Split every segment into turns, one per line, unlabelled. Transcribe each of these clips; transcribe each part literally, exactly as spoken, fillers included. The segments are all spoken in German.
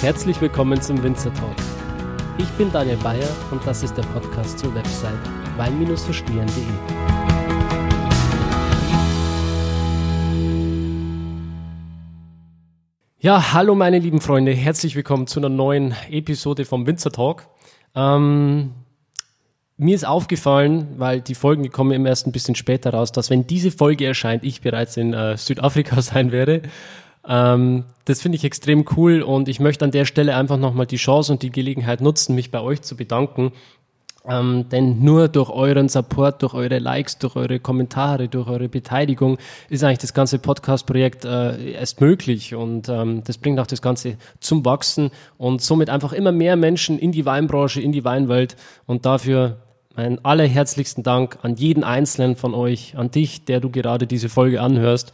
Herzlich willkommen zum Winzer Talk. Ich bin Daniel Bayer und das ist der Podcast zur Website wein verstehen punkt de. Ja, hallo meine lieben Freunde, herzlich willkommen zu einer neuen Episode vom Winzer Talk. Ähm, mir ist aufgefallen, weil die Folgen, die kommen immer erst ein bisschen später raus, dass wenn diese Folge erscheint, ich bereits in äh, Südafrika sein werde. Ähm, das finde ich extrem cool und ich möchte an der Stelle einfach nochmal die Chance und die Gelegenheit nutzen, mich bei euch zu bedanken. Ähm, denn nur durch euren Support, durch eure Likes, durch eure Kommentare, durch eure Beteiligung ist eigentlich das ganze Podcast-Projekt äh, erst möglich und ähm, das bringt auch das Ganze zum Wachsen und somit einfach immer mehr Menschen in die Weinbranche, in die Weinwelt und dafür meinen allerherzlichsten Dank an jeden Einzelnen von euch, an dich, der du gerade diese Folge anhörst.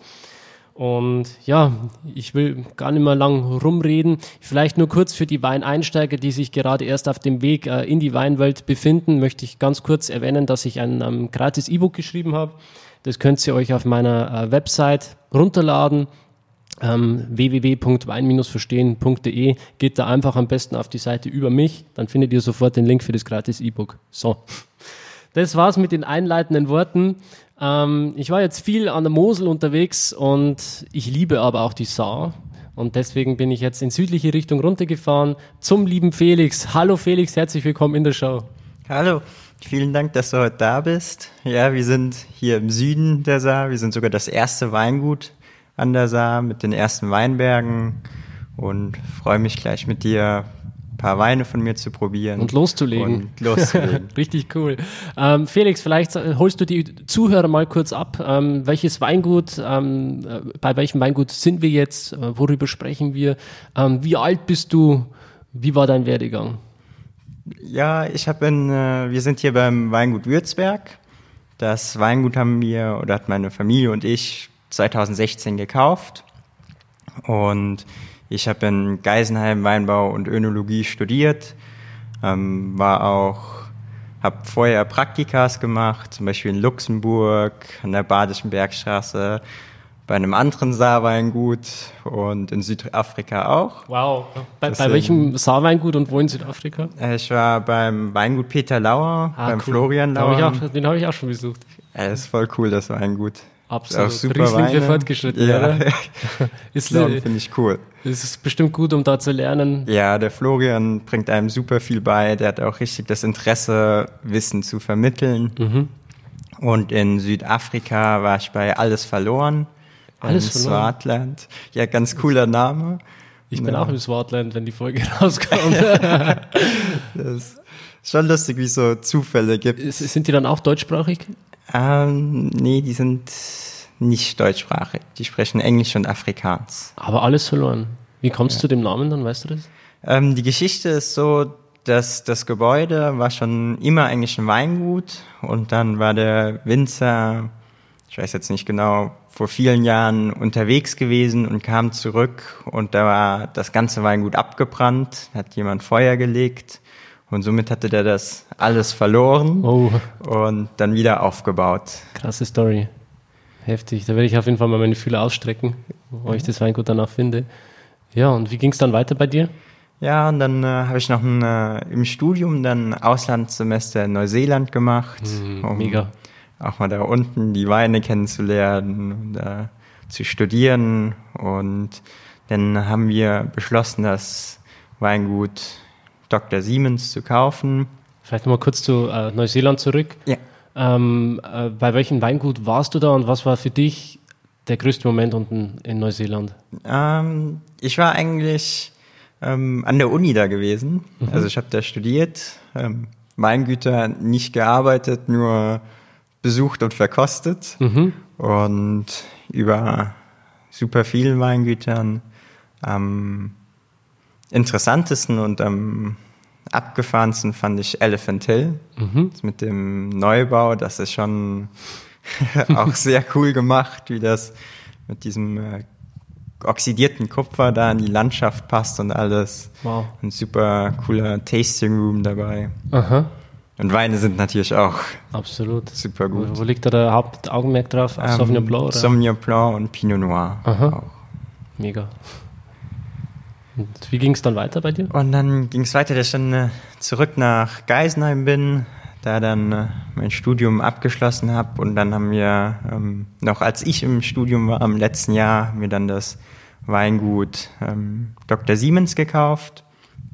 Und ja, ich will gar nicht mehr lang rumreden. Vielleicht nur kurz für die Weineinsteiger, die sich gerade erst auf dem Weg äh, in die Weinwelt befinden, möchte ich ganz kurz erwähnen, dass ich ein ähm, gratis E-Book geschrieben habe. Das könnt ihr euch auf meiner äh, Website runterladen. Ähm, w w w punkt wein verstehen punkt de. Geht da einfach am besten auf die Seite über mich, dann findet ihr sofort den Link für das gratis E-Book. So, das war's mit den einleitenden Worten. Ähm, ich war jetzt viel an der Mosel unterwegs und ich liebe aber auch die Saar und deswegen bin ich jetzt in südliche Richtung runtergefahren zum lieben Felix. Hallo Felix, herzlich willkommen in der Show.
Hallo, vielen Dank, dass du heute da bist. Ja, wir sind hier im Süden der Saar, wir sind sogar das erste Weingut an der Saar mit den ersten Weinbergen und freue mich gleich mit dir ein paar Weine von mir zu probieren.
Und loszulegen.
Und loszulegen.
Richtig cool. Ähm, Felix, vielleicht holst du die Zuhörer mal kurz ab. Ähm, welches Weingut, ähm, bei welchem Weingut sind wir jetzt? Äh, worüber sprechen wir? Ähm, wie alt bist du? Wie war dein Werdegang?
Ja, ich habe in, äh, wir sind hier beim Weingut Würzberg. Das Weingut haben wir, oder hat meine Familie und ich zwanzig sechzehn gekauft. Und ich habe in Geisenheim Weinbau und Önologie studiert, ähm, war auch, habe vorher Praktikas gemacht, zum Beispiel in Luxemburg, an der Badischen Bergstraße, bei einem anderen Saarweingut und in Südafrika auch.
Wow. Bei, bei welchem Saarweingut und wo in Südafrika?
Ich war beim Weingut Peter Lauer, ah, beim cool. Florian Lauer.
Hab ich auch, den habe ich auch schon besucht.
Ja, das ist voll cool, das Weingut.
Absolut.
Super
Riesling
Weine.
Für Fortgeschrittene,
ja.
oder? Ist
finde ich cool.
Das ist bestimmt gut, um da zu lernen.
Ja, der Florian bringt einem super viel bei. Der hat auch richtig das Interesse, Wissen zu vermitteln. Mhm. Und in Südafrika war ich bei Alles verloren.
Alles verloren?
Swartland. Ja, ganz cooler Name.
Ich bin ja. auch im Swartland, wenn die Folge rauskommt.
Das ist schon lustig, wie es so Zufälle gibt.
Sind die dann auch deutschsprachig?
Ähm, nee, die sind nicht deutschsprachig. Die sprechen Englisch und Afrikaans.
Aber Alles verloren. Wie kommst du
ja.
zu dem Namen dann, weißt du das?
Ähm, die Geschichte ist so, dass das Gebäude war schon immer eigentlich ein Weingut und dann war der Winzer, ich weiß jetzt nicht genau, vor vielen Jahren unterwegs gewesen und kam zurück und da war das ganze Weingut abgebrannt, hat jemand Feuer gelegt. Und somit hatte der das alles verloren oh. und dann wieder aufgebaut.
Krasse Story. Heftig. Da werde ich auf jeden Fall mal meine Fühler ausstrecken, wo ich das Weingut danach finde. Ja, und wie ging es dann weiter bei dir?
Ja, und dann äh, habe ich noch ein, äh, im Studium dann ein Auslandssemester in Neuseeland gemacht.
Mm,
um
mega.
Auch mal da unten die Weine kennenzulernen und äh, zu studieren. Und dann haben wir beschlossen, das Weingut Doktor Siemens zu kaufen.
Vielleicht nochmal kurz zu äh, Neuseeland zurück.
Ja.
Ähm, äh, bei welchem Weingut warst du da und was war für dich der größte Moment unten in Neuseeland?
Ähm, ich war eigentlich ähm, an der Uni da gewesen. Mhm. Also ich habe da studiert, ähm, Weingüter nicht gearbeitet, nur besucht und verkostet. Mhm. Und über super vielen Weingütern ähm, interessantesten und am abgefahrensten fand ich Elephant Hill. Mhm. Das mit dem Neubau, das ist schon auch sehr cool gemacht, wie das mit diesem äh, oxidierten Kupfer da in die Landschaft passt und alles. Wow. Ein super cooler Tasting Room dabei. Aha. Und Weine sind natürlich auch
absolut
super gut.
Wo, wo liegt da der Hauptaugenmerk drauf? Auf ähm, Sauvignon Blanc? Oder?
Sauvignon Blanc und Pinot Noir.
Aha.
Auch.
Mega. Und wie ging es dann weiter bei dir?
Und dann ging es weiter, dass ich dann äh, zurück nach Geisenheim bin, da dann äh, mein Studium abgeschlossen habe. Und dann haben wir, ähm, noch als ich im Studium war, im letzten Jahr, haben wir dann das Weingut ähm, Doktor Siemens gekauft.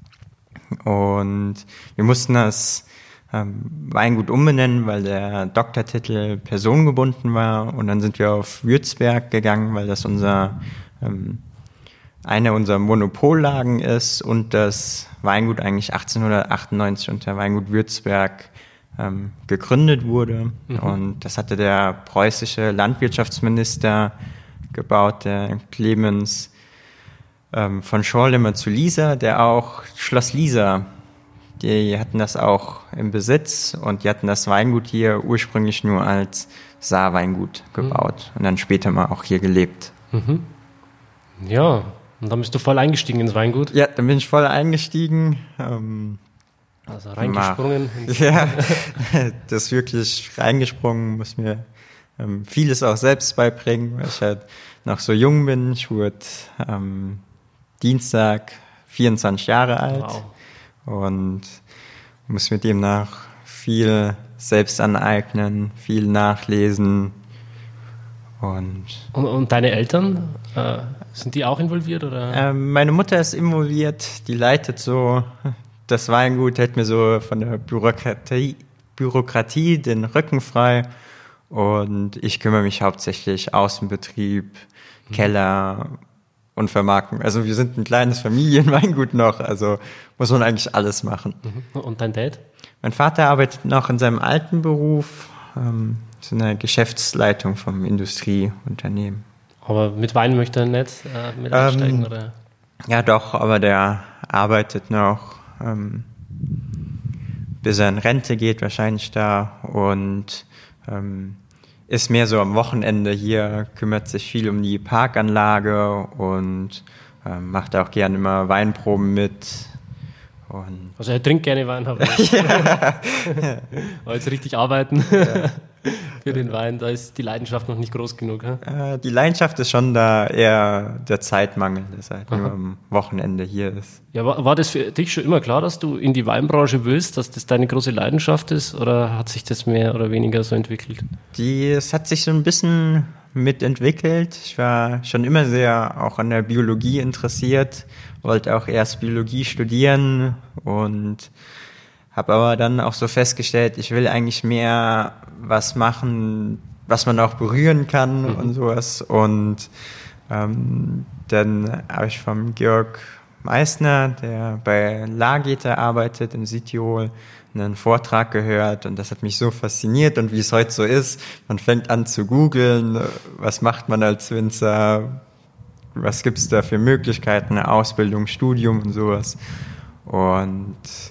Und wir mussten das ähm, Weingut umbenennen, weil der Doktortitel personengebunden war. Und dann sind wir auf Würzberg gegangen, weil das unser ähm, eine unserer Monopollagen ist und das Weingut eigentlich achtzehnhundertachtundneunzig unter Weingut Würzberg ähm, gegründet wurde. Mhm. Und das hatte der preußische Landwirtschaftsminister gebaut, der Clemens ähm, von Schorlemer zu Liesa, der auch Schloss Liesa, die hatten das auch im Besitz und die hatten das Weingut hier ursprünglich nur als Saarweingut gebaut mhm. und dann später mal auch hier gelebt.
Mhm. Ja, und dann bist du voll eingestiegen ins Weingut?
Ja, dann bin ich voll eingestiegen. Ähm,
also reingesprungen?
Ja, das ist wirklich reingesprungen, muss mir ähm, vieles auch selbst beibringen, weil ich halt noch so jung bin. Ich wurde ähm, Dienstag vierundzwanzig Jahre alt wow. und muss mir demnach viel selbst aneignen, viel nachlesen. Und,
und, und deine Eltern, äh, sind die auch involviert? Oder?
Ähm, meine Mutter ist involviert, die leitet so das Weingut, hält mir so von der Bürokratie, Bürokratie den Rücken frei und ich kümmere mich hauptsächlich Außenbetrieb, mhm. Keller und Vermarktung. Also wir sind ein kleines Familienweingut noch, also muss man eigentlich alles machen.
Mhm. Und dein Dad?
Mein Vater arbeitet noch in seinem alten Beruf, ähm, ist in der Geschäftsleitung vom Industrieunternehmen.
Aber mit Wein möchte er nicht äh, mit einsteigen, ähm, oder?
Ja doch, aber der arbeitet noch, ähm, bis er in Rente geht, wahrscheinlich da und ähm, ist mehr so am Wochenende hier, kümmert sich viel um die Parkanlage und ähm, macht auch gerne immer Weinproben mit. Und
also er trinkt gerne Wein, aber ja. Aber jetzt richtig arbeiten ja. für den Wein, da ist die Leidenschaft noch nicht groß genug.
Äh, die Leidenschaft ist schon da, eher der Zeitmangel, dass er halt nur am Wochenende hier ist.
Ja, war, war das für dich schon immer klar, dass du in die Weinbranche willst, dass das deine große Leidenschaft ist, oder hat sich das mehr oder weniger so entwickelt?
Die, es hat sich so ein bisschen mitentwickelt. Ich war schon immer sehr auch an der Biologie interessiert, wollte auch erst Biologie studieren und habe aber dann auch so festgestellt, ich will eigentlich mehr was machen, was man auch berühren kann mhm. und sowas. Und ähm, dann habe ich vom Georg Meissner, der bei Lagete arbeitet in Südtirol, einen Vortrag gehört und das hat mich so fasziniert und wie es heute so ist, man fängt an zu googeln, was macht man als Winzer, was gibt es da für Möglichkeiten, eine Ausbildung, Studium und sowas. Und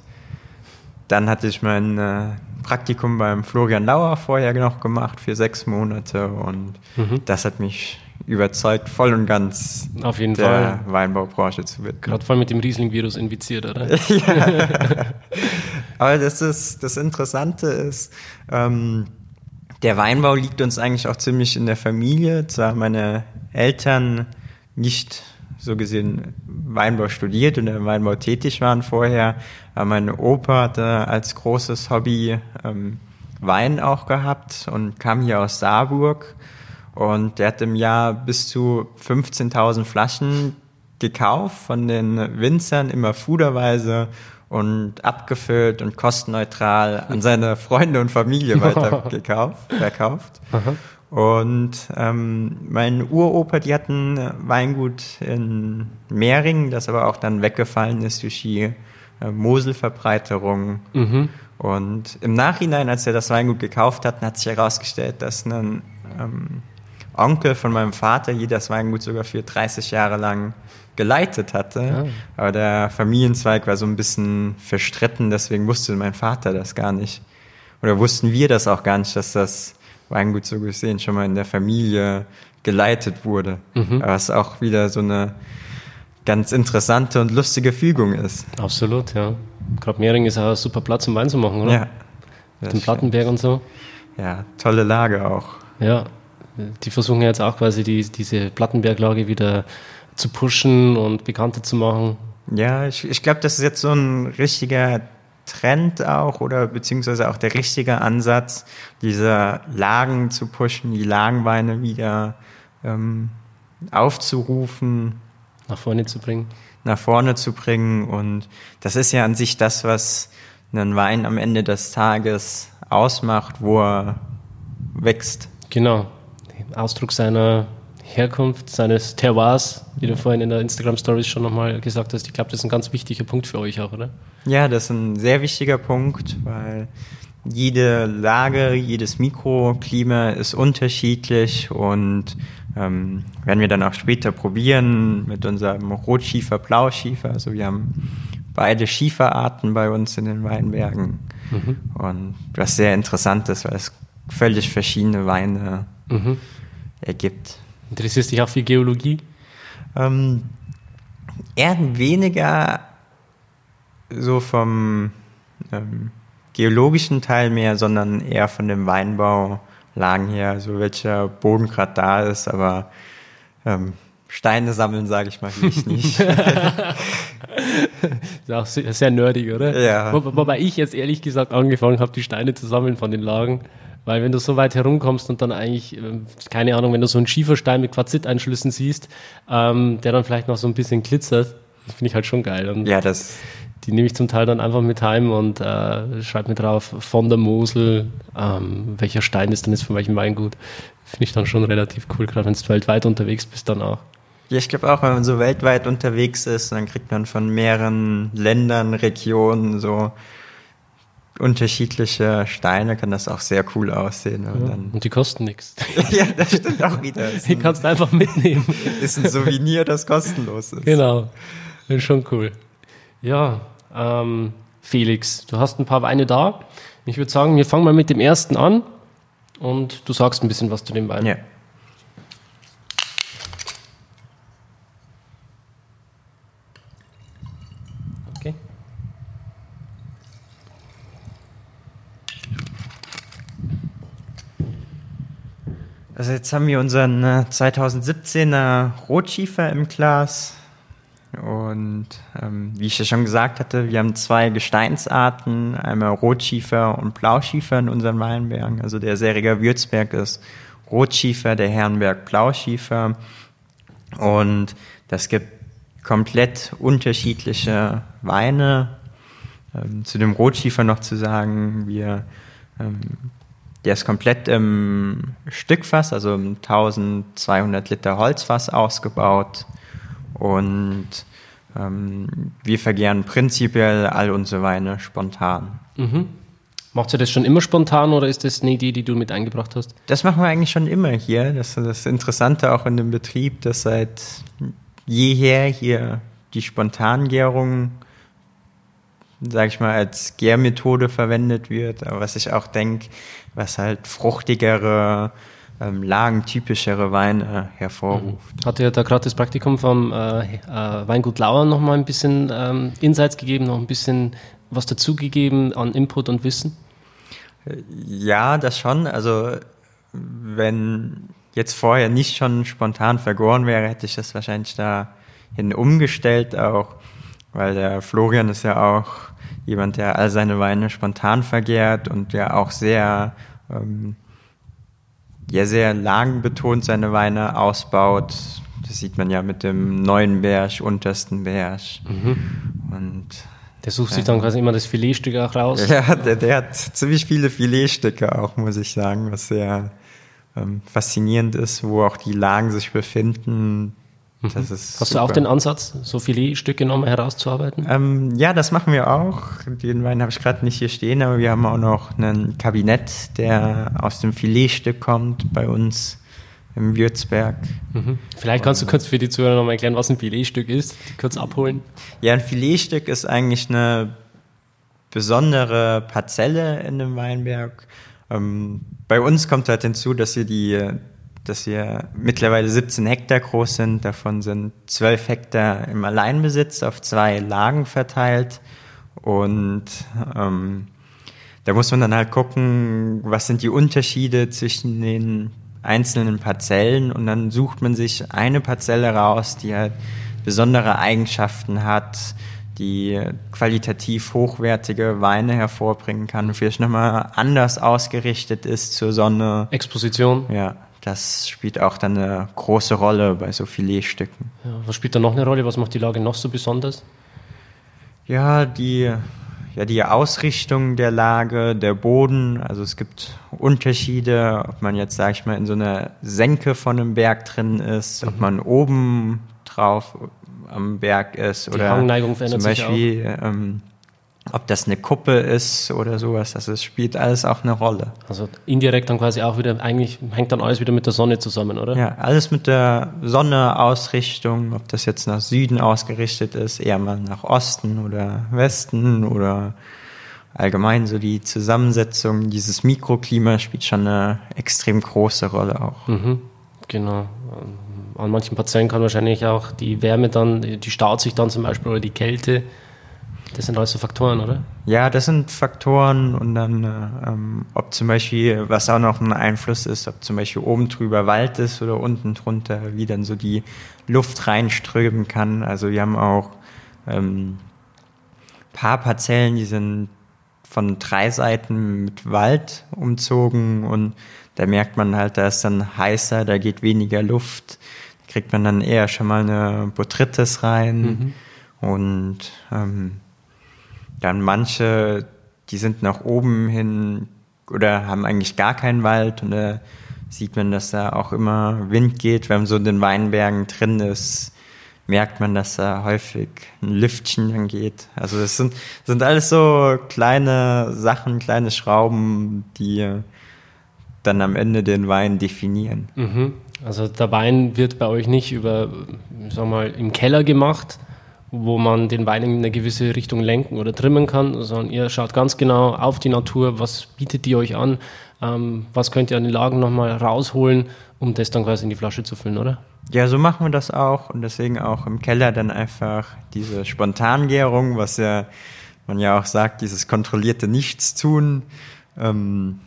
dann hatte ich mein äh, Praktikum beim Florian Lauer vorher noch gemacht für sechs Monate und mhm. das hat mich überzeugt, voll und ganz
auf jeden
der
Fall.
Weinbaubranche zu widmen.
Gerade voll mit dem Riesling-Virus infiziert, oder?
Ja. Aber das, ist, das Interessante ist, ähm, der Weinbau liegt uns eigentlich auch ziemlich in der Familie. Zwar meine Eltern nicht so gesehen Weinbau studiert und im Weinbau tätig waren vorher, aber mein Opa hatte als großes Hobby ähm, Wein auch gehabt und kam hier aus Saarburg. Und der hat im Jahr bis zu fünfzehntausend Flaschen gekauft von den Winzern, immer fuderweise und abgefüllt und kostenneutral an seine Freunde und Familie weitergekauft, verkauft. Aha. Und ähm, mein Uropa, die hatten Weingut in Mehringen, das aber auch dann weggefallen ist durch die äh, Moselverbreiterung. Mhm. Und im Nachhinein, als er das Weingut gekauft hat, hat sich herausgestellt, dass ein ähm, Onkel von meinem Vater hier das Weingut sogar für dreißig Jahre lang geleitet hatte. Ah. Aber der Familienzweig war so ein bisschen verstritten, deswegen wusste mein Vater das gar nicht. Oder wussten wir das auch gar nicht, dass das Weingut so gesehen schon mal in der Familie geleitet wurde. Mhm. Aber es auch wieder so eine ganz interessante und lustige Fügung ist.
Absolut, ja. Gerade Mehring ist auch ein super Platz, um Wein zu machen, oder?
Ja.
Mit dem Plattenberg und so.
Ja, tolle Lage auch.
Ja. Die versuchen jetzt auch quasi die, diese Plattenberglage wieder zu pushen und bekannter zu machen.
Ja, ich, ich glaube, das ist jetzt so ein richtiger Trend auch oder beziehungsweise auch der richtige Ansatz, diese Lagen zu pushen, die Lagenweine wieder ähm, aufzurufen.
Nach vorne zu bringen.
Nach vorne zu bringen. Und das ist ja an sich das, was einen Wein am Ende des Tages ausmacht, wo er wächst.
Genau. Ausdruck seiner Herkunft, seines Terroirs, wie du vorhin in der Instagram-Story schon nochmal gesagt hast. Ich glaube, das ist ein ganz wichtiger Punkt für euch auch, oder?
Ja, das ist ein sehr wichtiger Punkt, weil jede Lage, jedes Mikroklima ist unterschiedlich und ähm, werden wir dann auch später probieren mit unserem Rotschiefer, Blauschiefer. Also wir haben beide Schieferarten bei uns in den Weinbergen. Mhm. Und was sehr interessant ist, weil es völlig verschiedene Weine mhm. ergibt.
Interessierst dich auch für Geologie?
Ähm, eher weniger so vom ähm, geologischen Teil mehr, sondern eher von dem Weinbaulagen her, so welcher Boden gerade da ist, aber ähm, Steine sammeln, sage ich mal, will ich nicht.
Ist auch sehr, sehr nerdig, oder?
Ja.
Wo, wobei ich jetzt ehrlich gesagt angefangen habe, die Steine zu sammeln von den Lagen, weil wenn du so weit herumkommst und dann eigentlich, keine Ahnung, wenn du so einen Schieferstein mit Quarziteinschlüssen siehst, ähm, der dann vielleicht noch so ein bisschen glitzert, das finde ich halt schon geil. Und
ja, das...
Die nehme ich zum Teil dann einfach mit heim und äh, schreibe mir drauf, von der Mosel, ähm, welcher Stein ist denn jetzt von welchem Weingut. Finde ich dann schon relativ cool, gerade wenn du weltweit unterwegs bist dann auch.
Ja, ich glaube auch, wenn man so weltweit unterwegs ist, dann kriegt man von mehreren Ländern, Regionen so unterschiedliche Steine, kann das auch sehr cool aussehen. Und,
ja,
dann
und die kosten nichts.
Ja, das stimmt auch wieder.
Die ein, kannst du einfach mitnehmen.
Ist ein Souvenir, das kostenlos ist.
Genau, das ist schon cool. Ja, ähm, Felix, du hast ein paar Weine da. Ich würde sagen, wir fangen mal mit dem ersten an und du sagst ein bisschen was zu dem Wein.
Ja.
Okay.
Also jetzt haben wir unseren äh, zweitausendsiebzehner Rotschiefer im Glas. Und ähm, wie ich ja schon gesagt hatte, wir haben zwei Gesteinsarten, einmal Rotschiefer und Blauschiefer in unseren Weinbergen. Also der Säriger Würzberg ist Rotschiefer, der Herrenberg Blauschiefer. Und das gibt komplett unterschiedliche Weine. Ähm, zu dem Rotschiefer noch zu sagen, wir, ähm, der ist komplett im Stückfass, also im eintausendzweihundert Liter Holzfass ausgebaut. Und ähm, wir vergären prinzipiell all unsere Weine spontan.
Mhm. Macht ihr das schon immer spontan oder ist das eine Idee, die du mit eingebracht hast?
Das machen wir eigentlich schon immer hier. Das ist das Interessante auch in dem Betrieb, dass seit jeher hier die Spontangärung, sage ich mal, als Gärmethode verwendet wird. Aber was ich auch denke, was halt fruchtigere, Ähm, lagentypischere Weine hervorruft.
Hat dir da gerade das Praktikum vom äh, äh, Weingut Lauer noch mal ein bisschen ähm, Insights gegeben, noch ein bisschen was dazugegeben an Input und Wissen?
Ja, das schon. Also wenn jetzt vorher nicht schon spontan vergoren wäre, hätte ich das wahrscheinlich dahin umgestellt auch, weil der Florian ist ja auch jemand, der all seine Weine spontan vergärt und der auch sehr ähm, ja sehr lagenbetont seine Weine ausbaut. Das sieht man ja mit dem neuen Berg, untersten Berg. Mhm. Und
der sucht sich dann quasi immer das Filetstück auch raus.
Ja, der, der hat ziemlich viele Filetstücke auch, muss ich sagen, was sehr ähm, faszinierend ist, wo auch die Lagen sich befinden. Das ist
Hast
super.
du auch den Ansatz, so Filetstücke nochmal herauszuarbeiten?
Ähm, ja, das machen wir auch. Den Wein habe ich gerade nicht hier stehen, aber wir haben auch noch einen Kabinett, der aus dem Filetstück kommt bei uns im Würzberg.
Mhm. Vielleicht kannst du kurz für die Zuhörer nochmal erklären, was ein Filetstück ist, die kurz abholen.
Ja, ein Filetstück ist eigentlich eine besondere Parzelle in dem Weinberg. Ähm, bei uns kommt halt hinzu, dass wir die dass wir mittlerweile siebzehn Hektar groß sind. Davon sind zwölf Hektar im Alleinbesitz auf zwei Lagen verteilt. Und ähm, da muss man dann halt gucken, was sind die Unterschiede zwischen den einzelnen Parzellen und dann sucht man sich eine Parzelle raus, die halt besondere Eigenschaften hat, die qualitativ hochwertige Weine hervorbringen kann und vielleicht nochmal anders ausgerichtet ist zur Sonne.
Exposition.
Ja, das spielt auch dann eine große Rolle bei so Filetstücken.
Ja, was spielt da noch eine Rolle? Was macht die Lage noch so besonders?
Ja, die, ja, die Ausrichtung der Lage, der Boden. Also es gibt Unterschiede, ob man jetzt, sag ich mal, in so einer Senke von einem Berg drin ist, mhm. ob man oben drauf am Berg ist
die
oder
Hangneigung verändert
zum Beispiel, sich auch. Ähm, ob das eine Kuppe ist oder sowas. Also es spielt alles auch eine Rolle.
Also indirekt dann quasi auch wieder, eigentlich hängt dann alles wieder mit der Sonne zusammen, oder?
Ja, alles mit der Sonne, Ausrichtung, ob das jetzt nach Süden ausgerichtet ist, eher mal nach Osten oder Westen oder allgemein so die Zusammensetzung, dieses Mikroklima spielt schon eine extrem große Rolle auch.
Mhm, genau. An manchen Parzellen kann wahrscheinlich auch die Wärme dann, die staut sich dann zum Beispiel, oder die Kälte. Das sind alles so Faktoren, oder?
Ja, das sind Faktoren und dann, ähm, ob zum Beispiel, was auch noch ein Einfluss ist, ob zum Beispiel oben drüber Wald ist oder unten drunter, wie dann so die Luft reinströmen kann. Also wir haben auch ähm, paar Parzellen, die sind von drei Seiten mit Wald umzogen und da merkt man halt, da ist dann heißer, da geht weniger Luft. Da kriegt man dann eher schon mal eine Botrytis rein. Mhm. Und ähm, dann manche, die sind nach oben hin oder haben eigentlich gar keinen Wald. Und da sieht man, dass da auch immer Wind geht. Wenn man so in den Weinbergen drin ist, merkt man, dass da häufig ein Lüftchen dann geht. Also das sind, sind alles so kleine Sachen, kleine Schrauben, die dann am Ende den Wein definieren.
Mhm. Also der Wein wird bei euch nicht über, sag mal, im Keller gemacht, wo man den Wein in eine gewisse Richtung lenken oder trimmen kann, sondern ihr schaut ganz genau auf die Natur, was bietet die euch an, ähm, was könnt ihr an den Lagen nochmal rausholen, um das dann quasi in die Flasche zu füllen, oder?
Ja, so machen wir das auch und deswegen auch im Keller dann einfach diese Spontangärung, was ja man ja auch sagt, dieses kontrollierte Nichtstun. Ähm,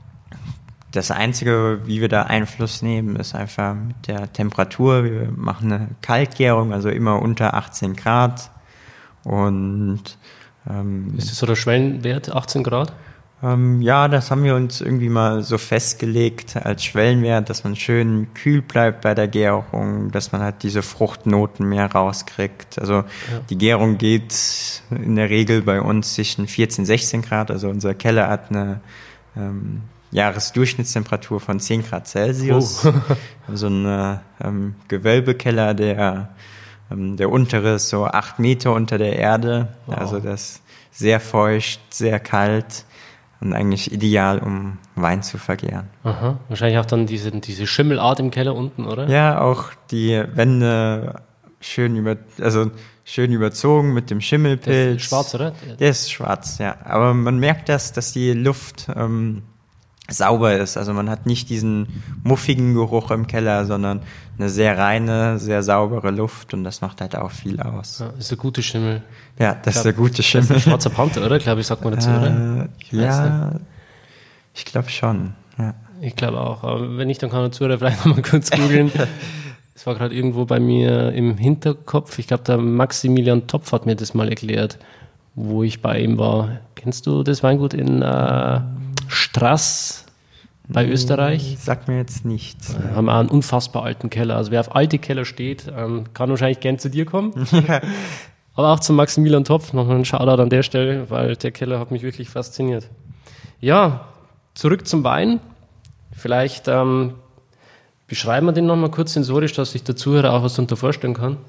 Das Einzige, wie wir da Einfluss nehmen, ist einfach mit der Temperatur. Wir machen eine Kaltgärung, also immer unter achtzehn Grad. Und ähm,
ist das so der Schwellenwert, achtzehn Grad?
Ähm, ja, das haben wir uns irgendwie mal so festgelegt als Schwellenwert, dass man schön kühl bleibt bei der Gärung, dass man halt diese Fruchtnoten mehr rauskriegt. Also ja. Die Gärung geht in der Regel bei uns zwischen vierzehn, sechzehn Grad. Also unser Keller hat eine ähm, Jahresdurchschnittstemperatur von zehn Grad Celsius. Oh. So ein ähm, Gewölbekeller, der, ähm, der untere ist so acht Meter unter der Erde. Wow. Also das sehr feucht, sehr kalt und eigentlich ideal, um Wein zu vergären.
Aha. Wahrscheinlich auch dann diese, diese Schimmelart im Keller unten, oder?
Ja, auch die Wände schön über, also schön überzogen mit dem Schimmelpilz. Der
ist schwarz, oder?
Der ist schwarz, ja. Aber man merkt das, dass die Luft ähm, sauber ist. Also man hat nicht diesen muffigen Geruch im Keller, sondern eine sehr reine, sehr saubere Luft und das macht halt auch viel aus.
Ja, ist der gute Schimmel.
Ja, das ist der gute Schimmel.
Das ist ein schwarzer Panther, oder? Glaube ich, sagt man dazu,
äh,
oder? Ich
ja, ich glaube schon. Ja.
Ich glaube auch. Aber wenn nicht, dann kann der Zuhörer vielleicht nochmal kurz googeln. Es war gerade irgendwo bei mir im Hinterkopf. Ich glaube, der Maximilian Topf hat mir das mal erklärt, wo ich bei ihm war. Kennst du das Weingut in äh, Strass bei Österreich?
Sagt mir jetzt nichts.
Wir haben auch einen unfassbar alten Keller. Also wer auf alte Keller steht, ähm, kann wahrscheinlich gern zu dir kommen. Aber auch zum Maximilian Topf. Nochmal ein Shoutout an der Stelle, weil der Keller hat mich wirklich fasziniert. Ja, zurück zum Wein. Vielleicht ähm, beschreiben wir den nochmal kurz sensorisch, dass sich der Zuhörer auch was darunter vorstellen kann.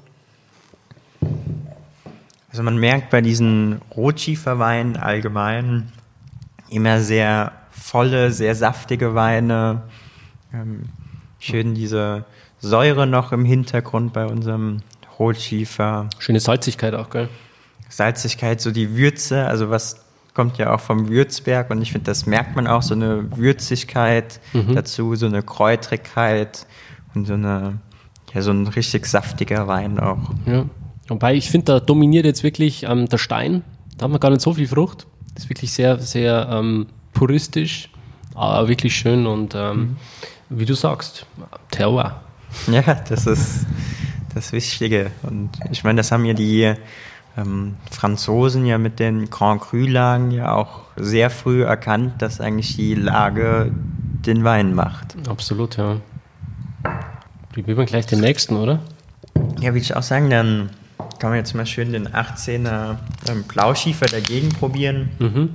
Also man merkt bei diesen Rotschieferweinen allgemein immer sehr volle, sehr saftige Weine. Ähm, schön diese Säure noch im Hintergrund bei unserem Rotschiefer.
Schöne Salzigkeit auch, gell?
Salzigkeit, so die Würze, also was kommt ja auch vom Würzberg und ich finde, das merkt man auch, so eine Würzigkeit mhm. dazu, so eine Kräutrigkeit und so eine, ja, so ein richtig saftiger Wein auch.
Ja. Wobei ich finde, da dominiert jetzt wirklich ähm, der Stein. Da haben wir gar nicht so viel Frucht. Das ist wirklich sehr, sehr ähm, puristisch, aber wirklich schön und ähm, mhm. wie du sagst, Terroir.
Ja, das ist das Wichtige. Und ich meine, das haben ja die ähm, Franzosen ja mit den Grand Cru-Lagen ja auch sehr früh erkannt, dass eigentlich die Lage den Wein macht.
Absolut, ja. Probieren wir gleich den nächsten, oder?
Ja, würde ich auch sagen, dann kann man jetzt mal schön den achtzehner ähm, Blauschiefer dagegen probieren.
Mhm.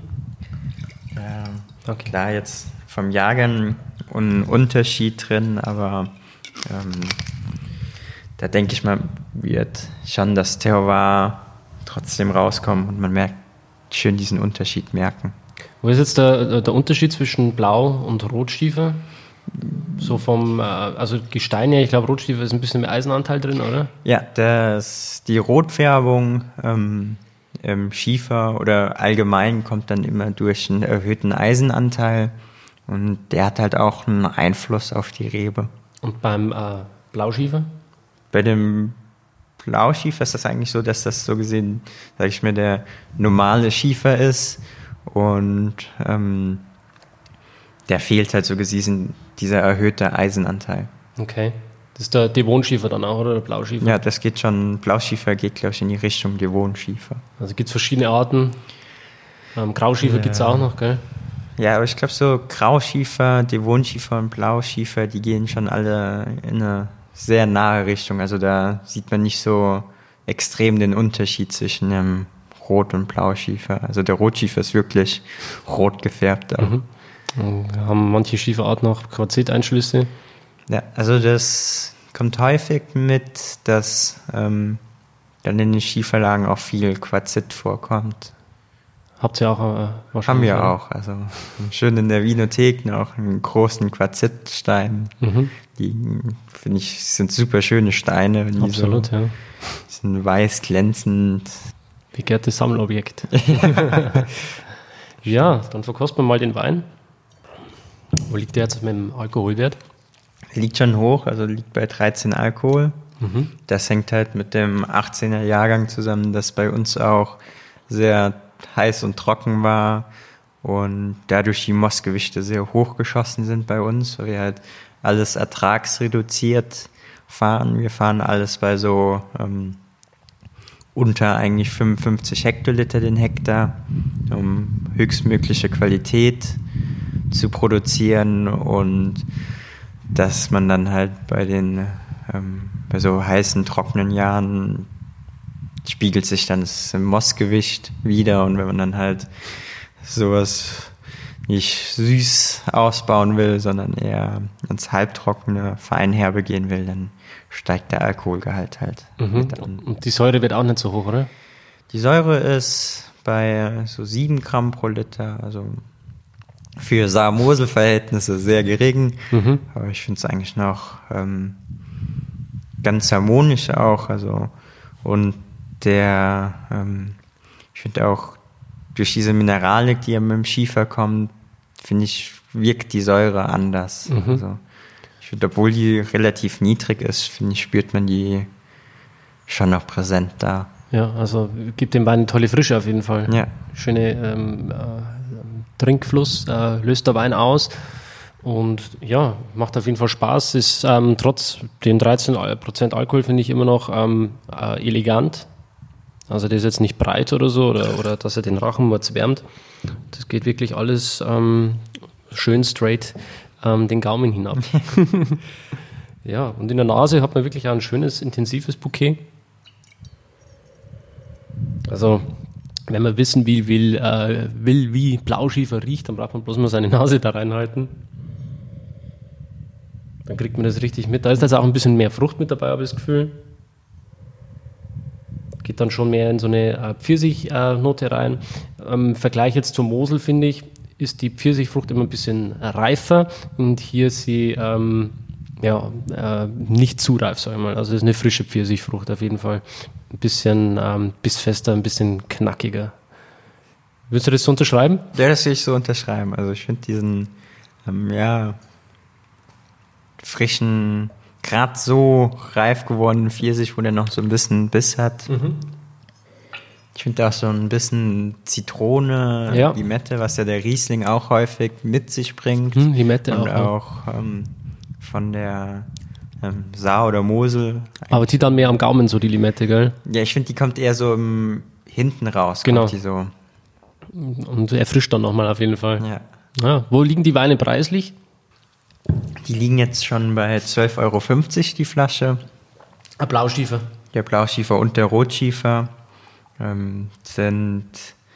Ja,
Okay.
klar, jetzt vom Jahrgang ein Unterschied drin, aber ähm, da denke ich mal, wird schon das Terroir trotzdem rauskommen und man merkt schön diesen Unterschied merken.
Wo ist jetzt der, der Unterschied zwischen Blau- und Rotschiefer? So vom, äh, also Gestein ja, ich glaube Rotschiefer ist ein bisschen mehr Eisenanteil drin, oder?
Ja, das, die Rotfärbung ähm, im Schiefer oder allgemein kommt dann immer durch einen erhöhten Eisenanteil und der hat halt auch einen Einfluss auf die Rebe.
Und beim äh, Blauschiefer?
Bei dem Blauschiefer ist das eigentlich so, dass das so gesehen, sage ich mal, der normale Schiefer ist und ähm, der fehlt halt so gesehen dieser erhöhte Eisenanteil.
Okay. Das ist der Devonschiefer dann auch, oder der Blauschiefer?
Ja, das geht schon, Blauschiefer geht, glaube ich, in die Richtung Devonschiefer.
Also gibt es verschiedene Arten. Ähm, Grauschiefer
Ja.
gibt es auch noch, gell?
Ja, aber ich glaube so Grauschiefer, Devonschiefer und Blauschiefer, die gehen schon alle in eine sehr nahe Richtung. Also da sieht man nicht so extrem den Unterschied zwischen dem Rot- und Blauschiefer. Also der Rotschiefer ist wirklich rot gefärbt. Auch.
Mhm. Wir haben manche Schieferarten noch Quarziteinschlüsse.
Ja, also das kommt häufig mit, dass ähm, dann in den Schieferlagen auch viel Quarzit vorkommt.
Habt ihr auch äh,
Haben
wahrscheinlich?
wir
oder?
auch. Also schön in der Winothek noch einen großen Quarzitstein.
Mhm.
Die, finde ich, sind super schöne Steine. Die
Absolut,
so,
ja.
sind weiß glänzend.
Begehrtes Sammelobjekt. Ja, dann verkosten wir mal den Wein. Wo liegt der jetzt mit dem Alkoholwert?
Liegt schon hoch, also liegt bei dreizehn Alkohol.
Mhm.
Das hängt halt mit dem achtzehner Jahrgang zusammen, das bei uns auch sehr heiß und trocken war und dadurch die Mostgewichte sehr hoch geschossen sind bei uns, weil wir halt alles ertragsreduziert fahren. Wir fahren alles bei so ähm, unter eigentlich fünfundfünfzig Hektoliter den Hektar, um höchstmögliche Qualität zu produzieren und dass man dann halt bei den ähm, bei so heißen, trockenen Jahren spiegelt sich dann das Mostgewicht wieder und wenn man dann halt sowas nicht süß ausbauen will, sondern eher ins halbtrockene, feinherbe gehen will, dann steigt der Alkoholgehalt halt
Mhm.
mit an.
Und die Säure wird auch nicht so hoch, oder?
Die Säure ist bei so sieben Gramm pro Liter, also für Saar-Mosel-Verhältnisse sehr gering,
Mhm.
aber ich finde es eigentlich noch ähm, ganz harmonisch auch, also und der, ähm, ich finde auch durch diese Mineralik, die ja mit dem Schiefer kommt, finde ich, wirkt die Säure anders.
Mhm.
Also ich finde, obwohl die relativ niedrig ist, finde ich, spürt man die schon noch präsent da.
Ja, also gibt dem Wein eine tolle Frische auf jeden Fall.
Ja.
Schöne ähm, äh, Trinkfluss, äh, löst der Wein aus und ja, macht auf jeden Fall Spaß. Ist ähm, trotz den dreizehn Prozent Alkohol finde ich immer noch ähm, äh, elegant. Also der ist jetzt nicht breit oder so oder, oder dass er den Rachen mal zwärmt. Das geht wirklich alles ähm, schön straight ähm, den Gaumen hinab. Ja, und in der Nase hat man wirklich auch ein schönes, intensives Bouquet. Also, wenn man wissen will, will, äh, will, wie Blauschiefer riecht, dann braucht man bloß mal seine Nase da reinhalten. Dann kriegt man das richtig mit. Da ist jetzt auch ein bisschen mehr Frucht mit dabei, habe ich das Gefühl. Geht dann schon mehr in so eine äh, Pfirsichnote rein. Im Vergleich jetzt zur Mosel, finde ich, ist die Pfirsichfrucht immer ein bisschen reifer und hier ist sie ähm, ja, äh, nicht zu reif, sag ich mal. Also es ist eine frische Pfirsichfrucht auf jeden Fall. Ein bisschen ähm, bissfester, ein bisschen knackiger. Würdest du das so unterschreiben?
Ja, das will ich so unterschreiben. Also ich finde diesen, ähm, ja, frischen, gerade so reif gewordenen Pfirsich, wo der noch so ein bisschen Biss hat.
Mhm.
Ich finde auch so ein bisschen Zitrone,
Ja.
Limette, was ja der Riesling auch häufig mit sich bringt.
Hm, Limette
Und
auch, ja.
auch ähm, von der ähm, Saar oder Mosel.
Aber die dann mehr am Gaumen, so die Limette, gell?
Ja, ich finde, die kommt eher so im, hinten raus.
Genau.
Kommt die so.
Und erfrischt dann nochmal auf jeden Fall.
Ja.
Ja, wo liegen die Weine preislich?
Die liegen jetzt schon bei zwölf Euro fünfzig die Flasche.
Ein Blauschiefer.
Der Blauschiefer und der Rotschiefer ähm, sind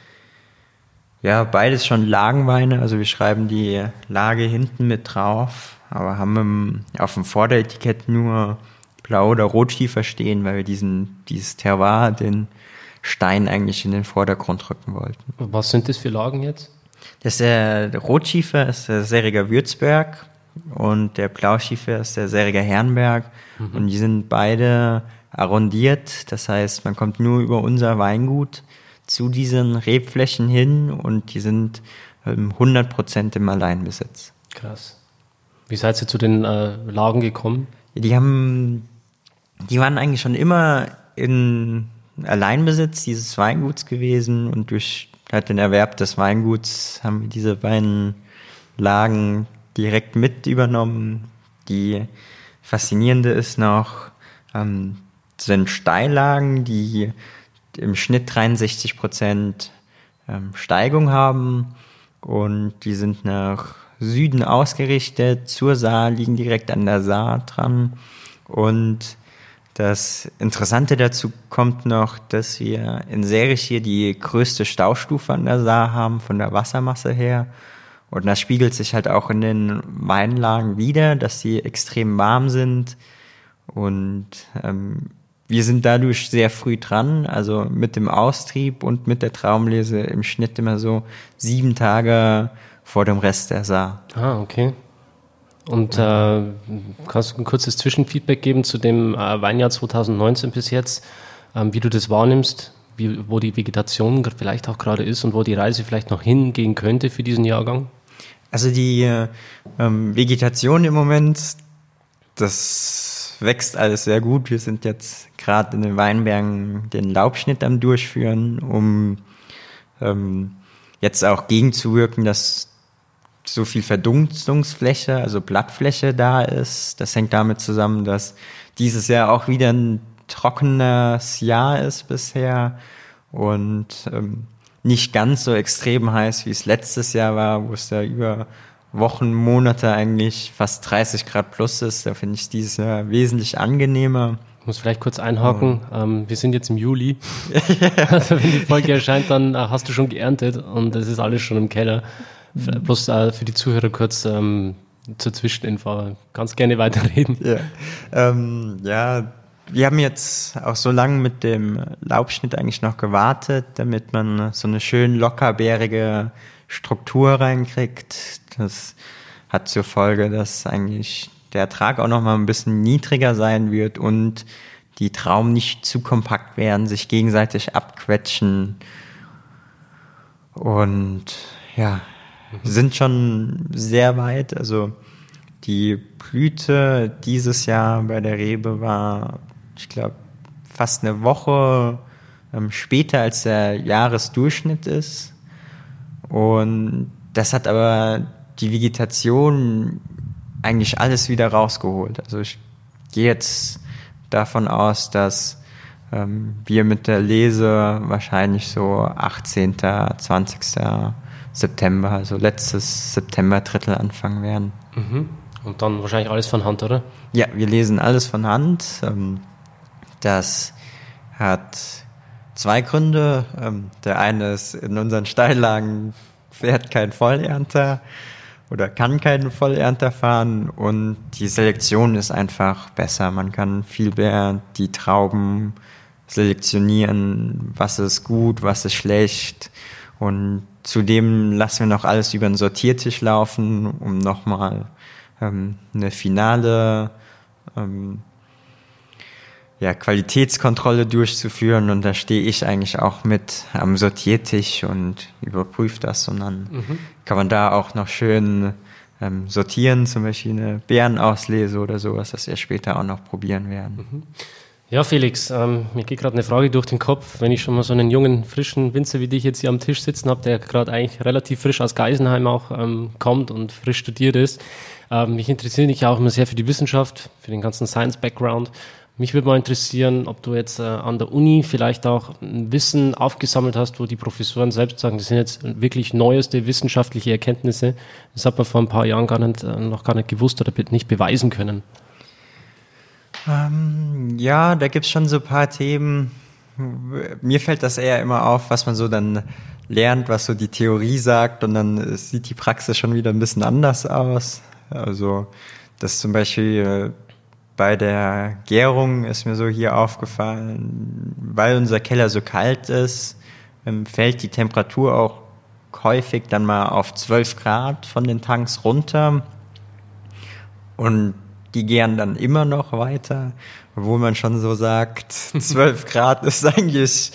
ja beides schon Lagenweine. Also wir schreiben die Lage hinten mit drauf, aber haben im, auf dem Vorderetikett nur Blau- oder Rotschiefer stehen, weil wir diesen dieses Terroir, den Stein eigentlich in den Vordergrund rücken wollten.
Was sind das für Lagen jetzt?
Das ist der, der Rotschiefer ist der Serriger Würzberg und der Blauschiefer ist der Serriger Herrenberg. Mhm. Und die sind beide arrondiert. Das heißt, man kommt nur über unser Weingut zu diesen Rebflächen hin und die sind ähm, hundert Prozent im Alleinbesitz.
Krass. Wie seid ihr zu den äh, Lagen gekommen?
Die haben, die waren eigentlich schon immer in Alleinbesitz dieses Weinguts gewesen und durch halt den Erwerb des Weinguts haben wir diese beiden Lagen direkt mit übernommen. Die faszinierende ist noch, ähm, sind Steillagen, die im Schnitt dreiundsechzig Prozent ähm, Steigung haben und die sind nach Süden ausgerichtet, zur Saar, liegen direkt an der Saar dran und das Interessante dazu kommt noch, dass wir in Serich hier die größte Staustufe an der Saar haben, von der Wassermasse her. Und das spiegelt sich halt auch in den Weinlagen wider, dass sie extrem warm sind. Und ähm, wir sind dadurch sehr früh dran, also mit dem Austrieb und mit der Traumlese im Schnitt immer so sieben Tage vor dem Rest der Saar.
Ah, okay. Und äh, kannst du ein kurzes Zwischenfeedback geben zu dem äh, Weinjahr zwanzig neunzehn bis jetzt, ähm, wie du das wahrnimmst, wie, wo die Vegetation vielleicht auch gerade ist und wo die Reise vielleicht noch hingehen könnte für diesen Jahrgang?
Also die ähm, Vegetation im Moment, das wächst alles sehr gut. Wir sind jetzt gerade in den Weinbergen den Laubschnitt am Durchführen, um ähm, jetzt auch gegenzuwirken, dass so viel Verdunstungsfläche, also Blattfläche da ist. Das hängt damit zusammen, dass dieses Jahr auch wieder ein trockenes Jahr ist bisher und ähm, nicht ganz so extrem heiß, wie es letztes Jahr war, wo es ja über Wochen, Monate eigentlich fast dreißig Grad plus ist. Da finde ich dieses Jahr wesentlich angenehmer.
Ich muss vielleicht kurz einhaken. Oh. Ähm, wir sind jetzt im Juli. Also wenn die Folge erscheint, dann äh, hast du schon geerntet und es ist alles schon im Keller. Mhm. Bloß äh, für die Zuhörer kurz ähm, zur Zwischeninfo. Ganz gerne weiterreden.
Ja. Ähm, ja, wir haben jetzt auch so lange mit dem Laubschnitt eigentlich noch gewartet, damit man so eine schön lockerbärige Struktur reinkriegt. Das hat zur Folge, dass eigentlich der Ertrag auch noch mal ein bisschen niedriger sein wird und die Trauben nicht zu kompakt werden, sich gegenseitig abquetschen. Und ja, sind schon sehr weit. Also die Blüte dieses Jahr bei der Rebe war, ich glaube, fast eine Woche ähm, später als der Jahresdurchschnitt ist. Und das hat aber die Vegetation eigentlich alles wieder rausgeholt. Also ich gehe jetzt davon aus, dass ähm, wir mit der Lese wahrscheinlich so achtzehnten, zwanzigsten September, also letztes September-Drittel anfangen werden.
Mhm. Und dann wahrscheinlich alles von Hand, oder?
Ja, wir lesen alles von Hand. Das hat zwei Gründe. Der eine ist, in unseren Steillagen fährt kein Vollernter oder kann keinen Vollernter fahren und die Selektion ist einfach besser. Man kann viel mehr die Trauben selektionieren, was ist gut, was ist schlecht und zudem lassen wir noch alles über den Sortiertisch laufen, um nochmal ähm, eine finale ähm, ja, Qualitätskontrolle durchzuführen und da stehe ich eigentlich auch mit am Sortiertisch und überprüfe das und dann mhm. kann man da auch noch schön ähm, sortieren, zum Beispiel eine Beerenauslese oder sowas, das wir später auch noch probieren werden.
Mhm. Ja, Felix, ähm, mir geht gerade eine Frage durch den Kopf. Wenn ich schon mal so einen jungen, frischen Winzer wie dich jetzt hier am Tisch sitzen habe, der gerade eigentlich relativ frisch aus Geisenheim auch ähm, kommt und frisch studiert ist. Ähm, mich interessiert dich ja auch immer sehr für die Wissenschaft, für den ganzen Science-Background. Mich würde mal interessieren, ob du jetzt äh, an der Uni vielleicht auch ein Wissen aufgesammelt hast, wo die Professoren selbst sagen, das sind jetzt wirklich neueste wissenschaftliche Erkenntnisse. Das hat man vor ein paar Jahren gar nicht, äh, noch gar nicht gewusst oder nicht beweisen können.
Ähm, ja, da gibt's schon so ein paar Themen. Mir fällt das eher immer auf, was man so dann lernt, was so die Theorie sagt, und dann sieht die Praxis schon wieder ein bisschen anders aus. Also das zum Beispiel bei der Gärung ist mir so hier aufgefallen, weil unser Keller so kalt ist, fällt die Temperatur auch häufig dann mal auf zwölf Grad von den Tanks runter. Und die gären dann immer noch weiter, obwohl man schon so sagt, zwölf Grad ist eigentlich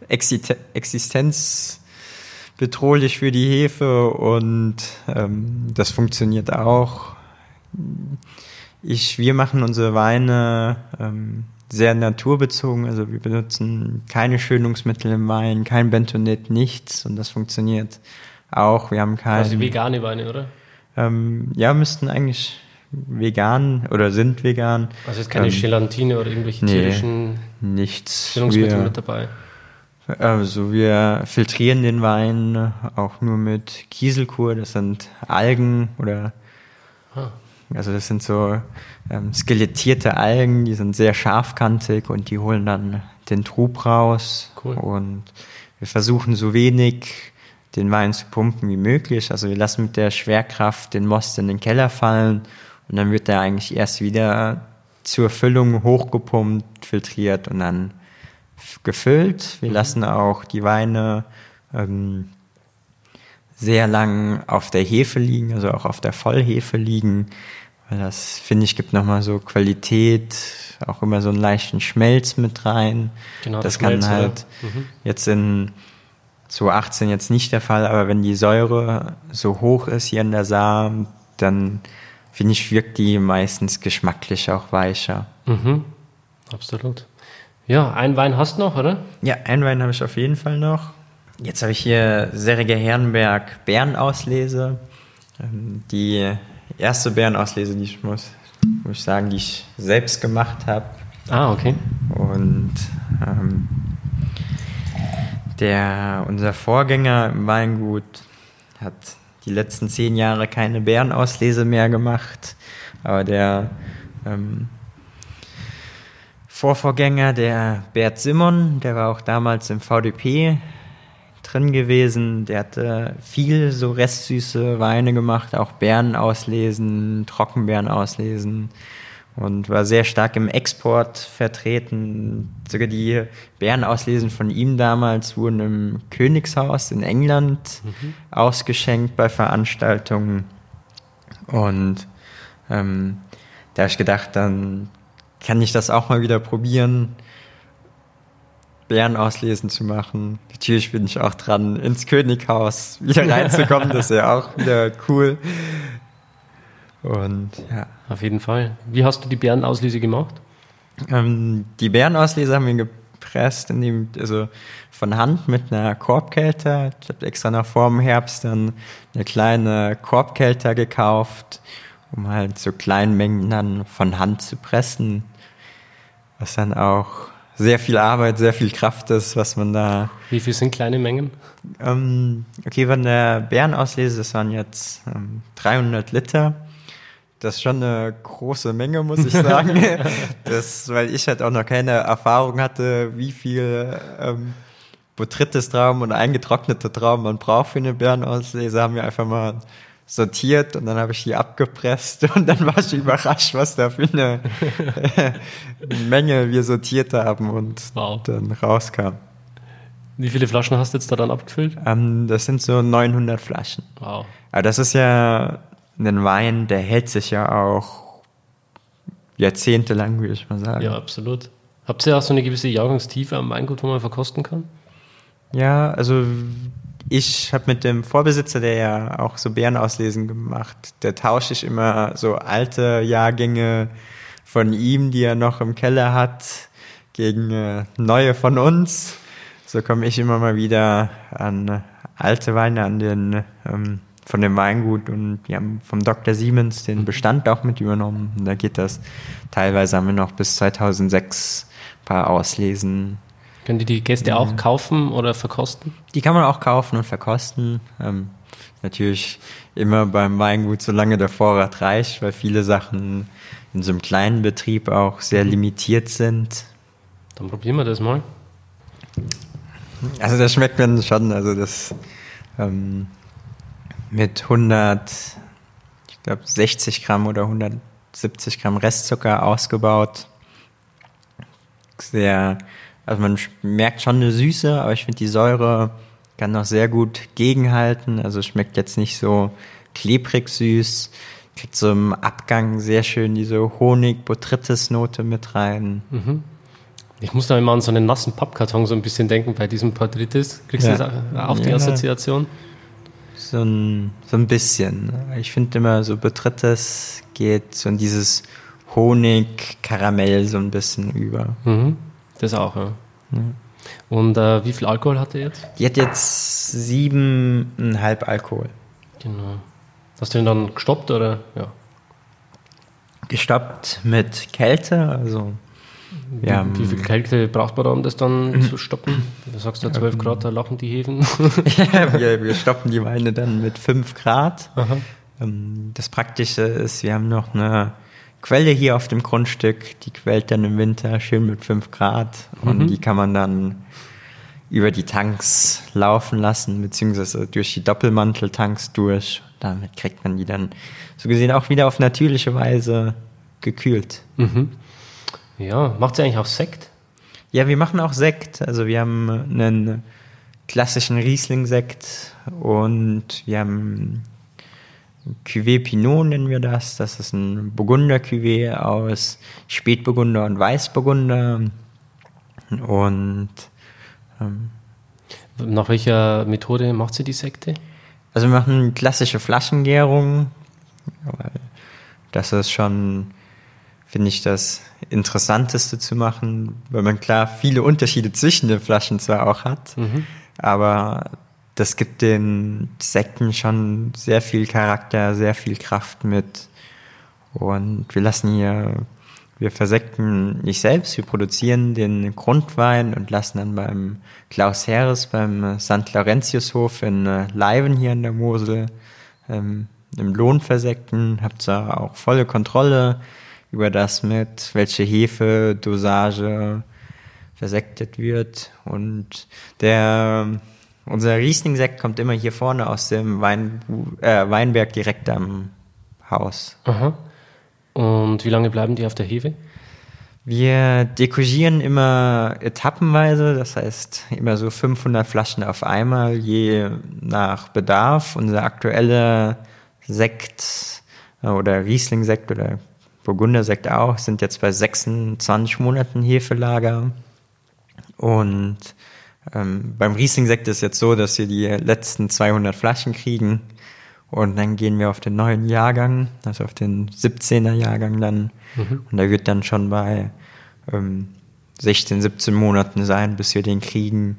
existenzbedrohlich für die Hefe, und ähm, das funktioniert auch. Ich, wir machen unsere Weine ähm, sehr naturbezogen, also wir benutzen keine Schönungsmittel im Wein, kein Bentonit, nichts, und das funktioniert auch. Wir haben keine...
Also vegane Weine, oder?
Ähm, ja, müssten eigentlich vegan oder sind vegan.
Also ist keine ähm, Gelatine oder irgendwelche
nee,
tierischen
nichts.
Schönungsmittel
wir,
mit dabei?
Also wir filtrieren den Wein auch nur mit Kieselkur, das sind Algen oder ah. also das sind so ähm, skelettierte Algen, die sind sehr scharfkantig und die holen dann den Trub raus.
Cool.
Und wir versuchen so wenig den Wein zu pumpen wie möglich. Also wir lassen mit der Schwerkraft den Most in den Keller fallen, und dann wird er eigentlich erst wieder zur Füllung hochgepumpt, filtriert und dann gefüllt. Wir mhm. lassen auch die Weine ähm, sehr lang auf der Hefe liegen, also auch auf der Vollhefe liegen, weil das, finde ich, gibt nochmal so Qualität, auch immer so einen leichten Schmelz mit rein.
Genau,
das kann Schmelz, halt mhm. jetzt in zwanzig achtzehn jetzt nicht der Fall, aber wenn die Säure so hoch ist hier in der Samen, dann finde ich, wirkt die meistens geschmacklich auch weicher.
Mhm. Absolut. Ja, einen Wein hast du noch, oder?
Ja, einen Wein habe ich auf jeden Fall noch. Jetzt habe ich hier Serge Herrenberg Beerenauslese. Die erste Beerenauslese, die ich muss, muss ich sagen, die ich selbst gemacht habe.
Ah, okay.
Und ähm, der, unser Vorgänger im Weingut hat die letzten zehn Jahre keine Beerenauslese mehr gemacht, aber der ähm, Vorvorgänger, der Bert Simon, der war auch damals im V D P drin gewesen, der hatte viel so restsüße Weine gemacht, auch Beeren auslesen, Trockenbeeren auslesen, und war sehr stark im Export vertreten. Sogar die Beerenauslesen von ihm damals wurden im Königshaus in England mhm. ausgeschenkt bei Veranstaltungen. Und ähm, da habe ich gedacht, dann kann ich das auch mal wieder probieren, Beerenauslesen zu machen. Natürlich bin ich auch dran, ins Könighaus wieder reinzukommen, das ist ja auch wieder cool. Und ja.
Auf jeden Fall. Wie hast du die Beerenauslese gemacht?
Ähm, die Beerenauslese haben wir gepresst, indem, also von Hand mit einer Korbkälter. Ich habe extra noch vor dem Herbst dann eine kleine Korbkälter gekauft, um halt so kleinen Mengen dann von Hand zu pressen. Was dann auch sehr viel Arbeit, sehr viel Kraft ist, was man da...
Wie viel sind kleine Mengen?
Ähm, okay, von der Beerenauslese, das waren jetzt ähm, dreihundert Liter. Das ist schon eine große Menge, muss ich sagen. Das, weil ich halt auch noch keine Erfahrung hatte, wie viel ähm, botrytis Trauben und eingetrocknete Trauben man braucht für eine Beerenauslese, haben wir einfach mal sortiert, und dann habe ich die abgepresst, und dann war ich überrascht, was da für eine Menge wir sortiert haben und wow. dann rauskam.
Wie viele Flaschen hast du jetzt da dann abgefüllt?
Ähm, das sind so neunhundert Flaschen.
Wow.
Aber das ist ja ein Wein, der hält sich ja auch jahrzehntelang, würde ich mal sagen.
Ja, absolut. Habt ihr auch so eine gewisse Jahrgangstiefe am Weingut, wo man verkosten kann?
Ja, also ich habe mit dem Vorbesitzer, der ja auch so Beerenauslesen gemacht, der tausche ich immer so alte Jahrgänge von ihm, die er noch im Keller hat, gegen äh, neue von uns. So komme ich immer mal wieder an äh, alte Weine, an den ähm, von dem Weingut, und wir haben vom Doktor Siemens den Bestand auch mit übernommen. Und da geht das. Teilweise haben wir noch bis zweitausendsechs ein paar Auslesen.
Können die die Gäste ja auch kaufen oder verkosten?
Die kann man auch kaufen und verkosten. Ähm, natürlich immer beim Weingut, solange der Vorrat reicht, weil viele Sachen in so einem kleinen Betrieb auch sehr limitiert sind.
Dann probieren wir das mal.
Also das schmeckt mir schon, also das ähm, mit hundert, ich glaube sechzig Gramm oder hundertsiebzig Gramm Restzucker ausgebaut. Sehr, also man merkt schon eine Süße, aber ich finde die Säure kann noch sehr gut gegenhalten. Also schmeckt jetzt nicht so klebrig süß. Kriegt so im Abgang sehr schön diese Honig-Botrytis-Note mit rein.
Mhm. Ich muss da immer an so einen nassen Pappkarton so ein bisschen denken bei diesem Botrytis. Kriegst
ja.
du das auch die
ja.
Assoziation?
So ein, so ein bisschen. Ich finde immer so Botrytis geht so in dieses Honig-Karamell so ein bisschen über.
Mhm. Das auch, ja. Mhm. Und äh, wie viel Alkohol hat er jetzt?
Die hat jetzt siebeneinhalb Alkohol.
Genau. Hast du den dann gestoppt oder? Ja.
Gestoppt mit Kälte, also
wie, ja, wie viel Kälte braucht man da, um das dann mhm. zu stoppen? Du sagst ja zwölf Grad, da lachen die Hefen.
Ja, wir, wir stoppen die Weine dann mit fünf Grad.
Aha.
Das Praktische ist, wir haben noch eine Quelle hier auf dem Grundstück, die quält dann im Winter schön mit fünf Grad und mhm. die kann man dann über die Tanks laufen lassen, beziehungsweise durch die Doppelmanteltanks durch. Damit kriegt man die dann so gesehen auch wieder auf natürliche Weise gekühlt.
Mhm. Ja, macht ihr eigentlich auch Sekt?
Ja, wir machen auch Sekt. Also wir haben einen klassischen Riesling-Sekt und wir haben Cuvée Pinot, nennen wir das. Das ist ein Burgunder-Cuvée aus Spätburgunder und Weißburgunder. Und ähm,
nach welcher Methode macht sie die Sekte?
Also wir machen klassische Flaschengärung. Das ist schon, finde ich, das Interessanteste zu machen, weil man klar viele Unterschiede zwischen den Flaschen zwar auch hat, mhm. aber das gibt den Sekten schon sehr viel Charakter, sehr viel Kraft mit. Und wir lassen hier, wir versekten nicht selbst, wir produzieren den Grundwein und lassen dann beim Klaus Heeres, beim Sankt Laurentiushof in Leiven hier an der Mosel ähm, im Lohn versekten. Habt da auch volle Kontrolle über das mit, welche Hefe, Dosage versektet wird. Und der unser Riesling-Sekt kommt immer hier vorne aus dem Wein, äh, Weinberg direkt am Haus.
Aha. Und wie lange bleiben die auf der Hefe?
Wir dekogieren immer etappenweise, das heißt immer so fünfhundert Flaschen auf einmal, je nach Bedarf. Unser aktueller Sekt oder Riesling-Sekt oder Burgunder-Sekt auch sind jetzt bei sechsundzwanzig Monaten Hefelager. Und ähm, beim Riesling-Sekt ist es jetzt so, dass wir die letzten zweihundert Flaschen kriegen. Und dann gehen wir auf den neuen Jahrgang, also auf den siebzehner Jahrgang dann. Mhm. Und der wird dann schon bei ähm, sechzehn, siebzehn Monaten sein, bis wir den kriegen.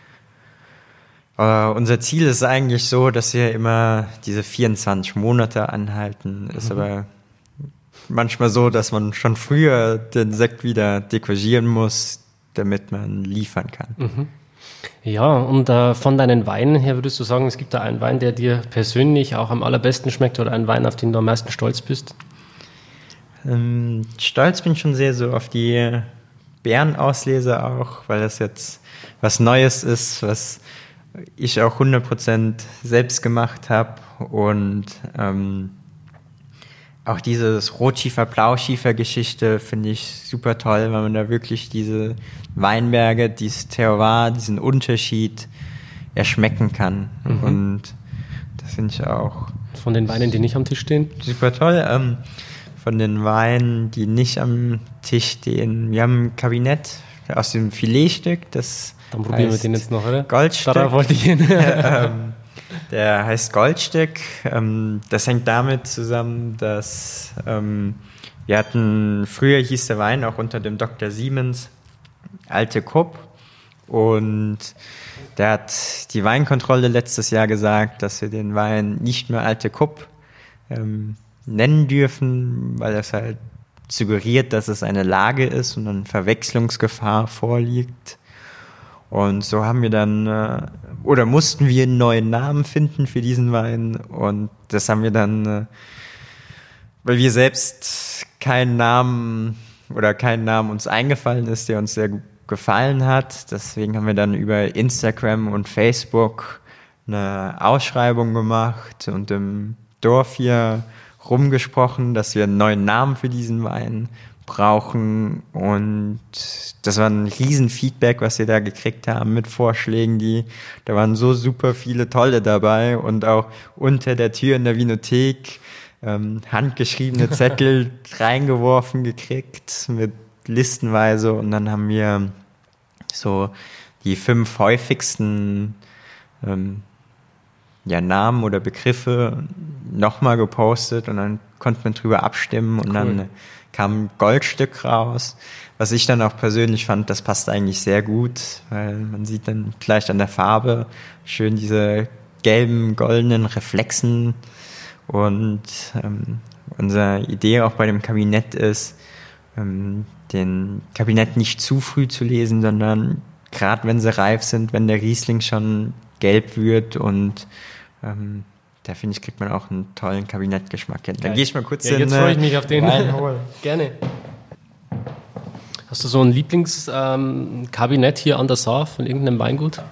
Uh, unser Ziel ist eigentlich so, dass wir immer diese vierundzwanzig Monate anhalten. Ist mhm. aber manchmal so, dass man schon früher den Sekt wieder dekogieren muss, damit man liefern kann.
Mhm. Ja, und äh, von deinen Weinen her würdest du sagen, es gibt da einen Wein, der dir persönlich auch am allerbesten schmeckt oder einen Wein, auf den du am meisten stolz bist?
Ähm, stolz bin ich schon sehr so auf die Beerenauslese auch, weil das jetzt was Neues ist, was ich auch hundert Prozent selbst gemacht habe und ähm, auch dieses Rotschiefer-Blauschiefer-Geschichte finde ich super toll, weil man da wirklich diese Weinberge, dieses Terroir, diesen Unterschied erschmecken kann. Mhm. Und das finde ich auch...
Von den Weinen, die nicht am Tisch stehen?
Super toll. Ähm, von den Weinen, die nicht am Tisch stehen. Wir haben ein Kabinett aus dem Filetstück, das
Dann probieren wir den jetzt noch, oder?
Goldstück.
Darauf wollte ich hin.
ähm, Der heißt Goldstück. Das hängt damit zusammen, dass ähm, wir hatten, früher hieß der Wein auch unter dem Doktor Siemens Alte Kupp. Und der hat die Weinkontrolle letztes Jahr gesagt, dass wir den Wein nicht mehr Alte Kupp ähm, nennen dürfen, weil das halt suggeriert, dass es eine Lage ist und eine Verwechslungsgefahr vorliegt. Und so haben wir dann, äh, oder mussten wir einen neuen Namen finden für diesen Wein. Und das haben wir dann, äh, weil wir selbst keinen Namen oder kein Namen uns eingefallen ist, der uns sehr gut gefallen hat. Deswegen haben wir dann über Instagram und Facebook eine Ausschreibung gemacht und im Dorf hier rumgesprochen, dass wir einen neuen Namen für diesen Wein brauchen. Und das war ein Riesenfeedback, was wir da gekriegt haben mit Vorschlägen. Die, da waren so super viele tolle dabei und auch unter der Tür in der Winothek ähm, handgeschriebene Zettel reingeworfen gekriegt mit listenweise. Und dann haben wir so die fünf häufigsten ähm, ja, Namen oder Begriffe nochmal gepostet und dann konnte man drüber abstimmen und cool. Dann kam ein Goldstück raus, was ich dann auch persönlich fand, das passt eigentlich sehr gut, weil man sieht dann gleich an der Farbe schön diese gelben, goldenen Reflexen und ähm, unsere Idee auch bei dem Kabinett ist, ähm, den Kabinett nicht zu früh zu lesen, sondern gerade wenn sie reif sind, wenn der Riesling schon gelb wird und ähm, da finde ich, kriegt man auch einen tollen Kabinettgeschmack. Dann
Geil.
gehe ich mal kurz
ja,
in
jetzt freue ich mich auf den.
Wein holen.
Gerne. Hast du so ein Lieblingskabinett ähm, hier an der Saar von irgendeinem Weingut?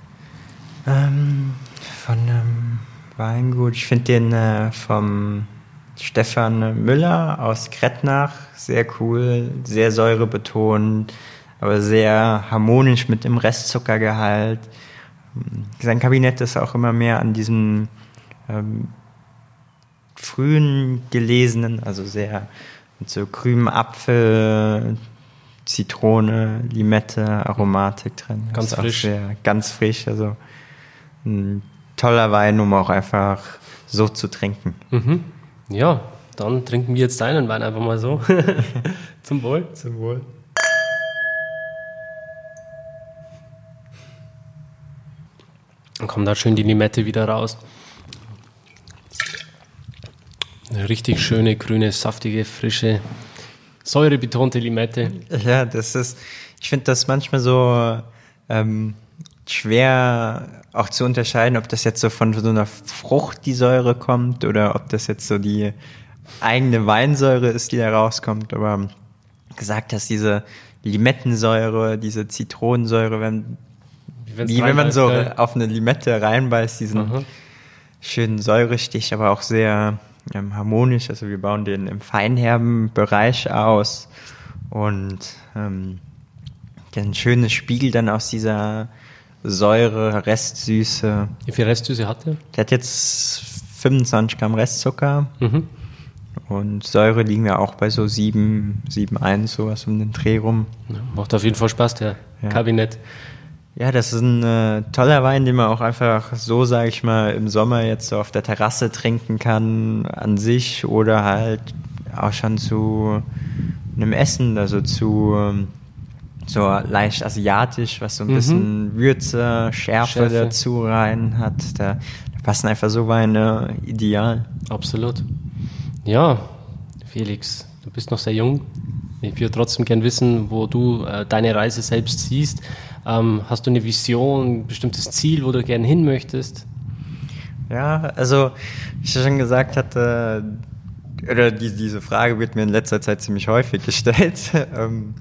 Ähm, von einem Weingut, ich finde den äh, vom Stefan Müller aus Krettnach sehr cool, sehr säurebetont, aber sehr harmonisch mit dem Restzuckergehalt. Sein Kabinett ist auch immer mehr an diesem ähm, frühen gelesenen, also sehr mit so grünem Apfel, Zitrone, Limette, Aromatik drin.
Ganz frisch.
Sehr, ganz frisch, also ein toller Wein, um auch einfach so zu trinken.
Mhm. Ja, dann trinken wir jetzt deinen Wein einfach mal so. Zum Wohl.
Zum Wohl.
Dann kommt da schön die Limette wieder raus. Eine richtig schöne, grüne, saftige, frische, säurebetonte Limette.
Ja, das ist, ich finde das manchmal so ähm, schwer auch zu unterscheiden, ob das jetzt so von so einer Frucht die Säure kommt oder ob das jetzt so die eigene Weinsäure ist, die da rauskommt. Aber gesagt hast, diese Limettensäure, diese Zitronensäure, wenn Wie wenn man so geil. auf eine Limette reinbeißt, diesen Aha. schönen Säurestich, aber auch sehr ähm, harmonisch. Also wir bauen den im feinherben Bereich aus und ähm, ein schönes Spiegel dann aus dieser Säure, Restsüße.
Wie viel Restsüße hat der?
Der hat jetzt fünfundzwanzig Gramm Restzucker mhm. und Säure liegen wir auch bei so sieben, sieben Komma eins, sowas um den Dreh rum.
Ja, macht auf jeden Fall Spaß, der ja. Kabinett.
Ja, das ist ein äh, toller Wein, den man auch einfach so, sage ich mal, im Sommer jetzt so auf der Terrasse trinken kann an sich oder halt auch schon zu einem Essen, also zu ähm, so leicht asiatisch, was so ein mhm. bisschen Würze, Schärfe, Schärfe dazu rein hat. Da, da passen einfach so Weine ideal.
Absolut. Ja, Felix, du bist noch sehr jung. Ich würde trotzdem gern wissen, wo du äh, deine Reise selbst siehst. Ähm, hast du eine Vision, ein bestimmtes Ziel, wo du gern hin möchtest?
Ja, also wie ich schon gesagt hatte, oder die, diese Frage wird mir in letzter Zeit ziemlich häufig gestellt. ähm,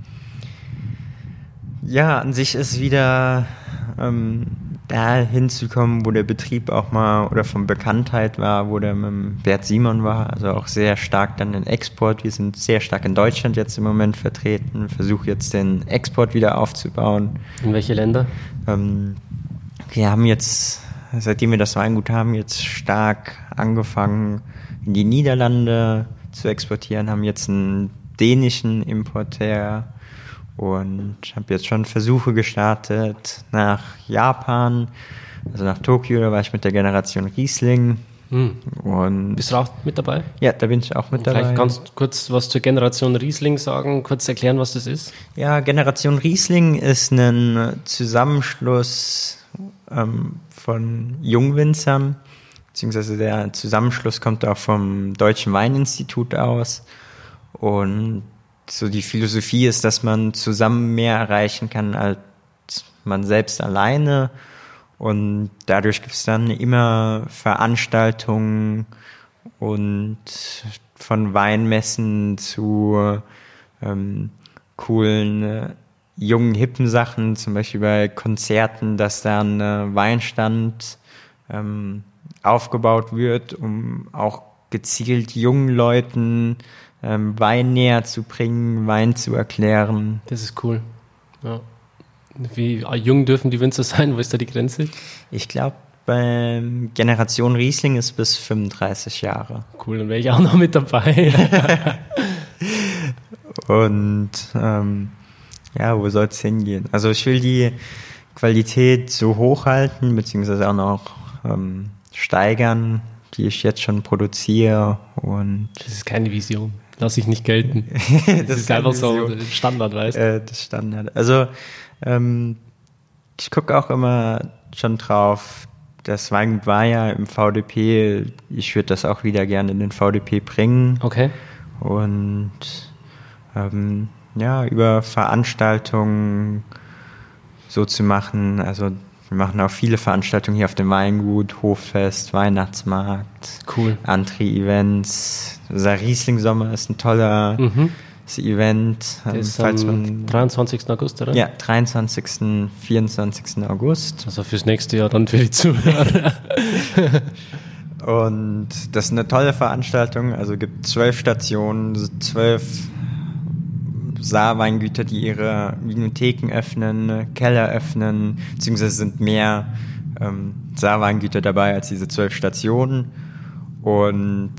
ja, an sich ist wieder ähm, da hinzukommen, wo der Betrieb auch mal oder von Bekanntheit war, wo der mit dem Bert Simon war, also auch sehr stark dann den Export. Wir sind sehr stark in Deutschland jetzt im Moment vertreten, versuche jetzt den Export wieder aufzubauen.
In welche Länder?
Ähm, wir haben jetzt, seitdem wir das Weingut haben, jetzt stark angefangen, in die Niederlande zu exportieren, haben jetzt einen dänischen Importeur und habe jetzt schon Versuche gestartet nach Japan, also nach Tokio, da war ich mit der Generation Riesling
Hm.
Und
Bist du auch mit dabei?
Ja, da bin ich auch mit dabei.
Vielleicht kannst du kurz was zur Generation Riesling sagen, kurz erklären, was das ist?
Ja, Generation Riesling ist ein Zusammenschluss ähm, von Jungwinzern, beziehungsweise der Zusammenschluss kommt auch vom Deutschen Weininstitut aus. Und so die Philosophie ist, dass man zusammen mehr erreichen kann als man selbst alleine. Und dadurch gibt es dann immer Veranstaltungen und von Weinmessen zu ähm, coolen, äh, jungen, hippen Sachen, zum Beispiel bei Konzerten, dass da ein äh, Weinstand ähm, aufgebaut wird, um auch gezielt jungen Leuten ähm, Wein näher zu bringen, Wein zu erklären.
Das ist cool. Ja. Wie jung dürfen die Winzer sein? Wo ist da die Grenze?
Ich glaube, bei Generation Riesling ist bis fünfunddreißig Jahre.
Cool, dann wäre ich auch noch mit dabei.
Und ähm, ja, wo soll es hingehen? Also ich will die Qualität so hochhalten, beziehungsweise auch noch ähm, steigern, die ich jetzt schon produziere. Und
das ist keine Vision. Lass ich nicht gelten. Das, das ist einfach Vision. So Standard, weißt du?
Äh, das Standard. Also ähm, ich gucke auch immer schon drauf, das Weingut war ja im V D P, ich würde das auch wieder gerne in den V D P bringen.
Okay.
Und ähm, ja, über Veranstaltungen so zu machen, also wir machen auch viele Veranstaltungen hier auf dem Weingut, Hoffest, Weihnachtsmarkt,
cool.
andere Events. Der Riesling-Sommer ist ein toller mhm. Event.
Der ist falls am man, dreiundzwanzigsten August, oder?
Ja, dreiundzwanzigsten, vierundzwanzigsten August.
Also fürs nächste Jahr dann für die Zuhörer.
Und das ist eine tolle Veranstaltung. Also es gibt zwölf Stationen, zwölf Saarweingüter, die ihre Vinotheken öffnen, Keller öffnen, beziehungsweise sind mehr ähm, Saarweingüter dabei als diese zwölf Stationen. Und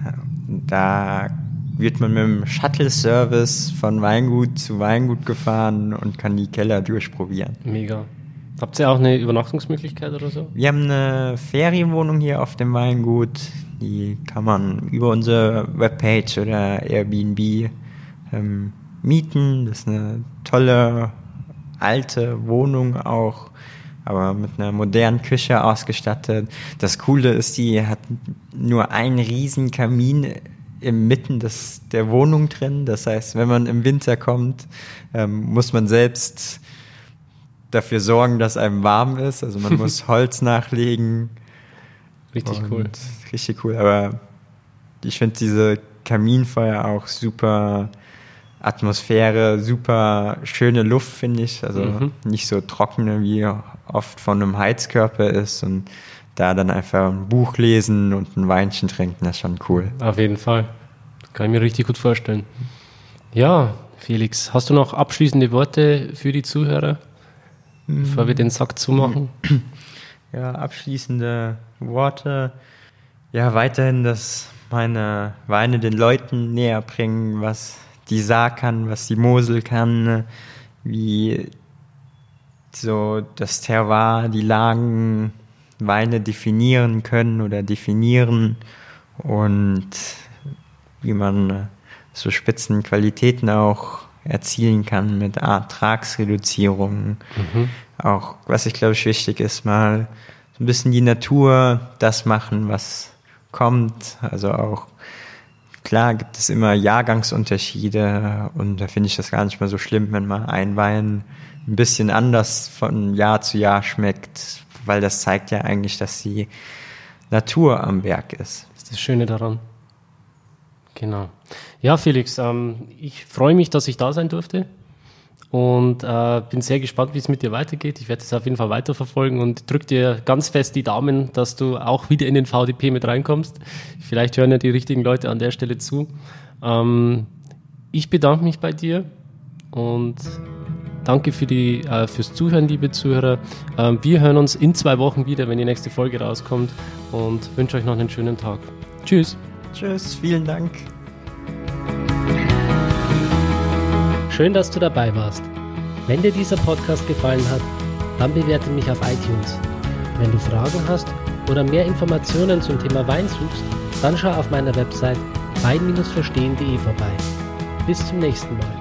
da wird man mit dem Shuttle-Service von Weingut zu Weingut gefahren und kann die Keller durchprobieren.
Mega. Habt ihr auch eine Übernachtungsmöglichkeit oder so?
Wir haben eine Ferienwohnung hier auf dem Weingut. Die kann man über unsere Webpage oder Airbnb ähm, mieten. Das ist eine tolle, alte Wohnung auch, aber mit einer modernen Küche ausgestattet. Das Coole ist, die hat nur einen riesen Kamin inmitten des, der Wohnung drin. Das heißt, wenn man im Winter kommt, ähm, muss man selbst dafür sorgen, dass einem warm ist. Also man muss Holz nachlegen.
Richtig cool.
Richtig cool, aber ich finde diese Kaminfeuer auch super Atmosphäre, super schöne Luft, finde ich. Also mhm. nicht so trockene, wie oft von einem Heizkörper ist. Und da dann einfach ein Buch lesen und ein Weinchen trinken, das ist schon cool.
Auf jeden Fall. Kann ich mir richtig gut vorstellen. Ja, Felix, hast du noch abschließende Worte für die Zuhörer, mhm. bevor wir den Sack zumachen?
Ja, abschließende Worte. Ja, weiterhin, dass meine Weine den Leuten näher bringen, was die Saar kann, was die Mosel kann, wie so das Terroir, die Lagen, Weine definieren können oder definieren und wie man so Spitzenqualitäten auch erzielen kann mit Ertragsreduzierung. Mhm. Auch, was ich glaube ich wichtig ist, mal so ein bisschen die Natur das machen, was kommt. Also auch, klar gibt es immer Jahrgangsunterschiede und da finde ich das gar nicht mehr so schlimm, wenn mal ein Wein ein bisschen anders von Jahr zu Jahr schmeckt, weil das zeigt ja eigentlich, dass die Natur am Werk ist.
Das ist das Schöne daran. Genau. Ja, Felix, ähm, ich freue mich, dass ich da sein durfte und äh, bin sehr gespannt, wie es mit dir weitergeht. Ich werde es auf jeden Fall weiterverfolgen und drücke dir ganz fest die Daumen, dass du auch wieder in den V D P mit reinkommst. Vielleicht hören ja die richtigen Leute an der Stelle zu. Ähm, ich bedanke mich bei dir und danke für die, äh, fürs Zuhören, liebe Zuhörer. Ähm, wir hören uns in zwei Wochen wieder, wenn die nächste Folge rauskommt und wünsche euch noch einen schönen Tag. Tschüss.
Tschüss, vielen Dank.
Schön, dass du dabei warst. Wenn dir dieser Podcast gefallen hat, dann bewerte mich auf iTunes. Wenn du Fragen hast oder mehr Informationen zum Thema Wein suchst, dann schau auf meiner Website wein Bindestrich verstehen punkt de vorbei. Bis zum nächsten Mal.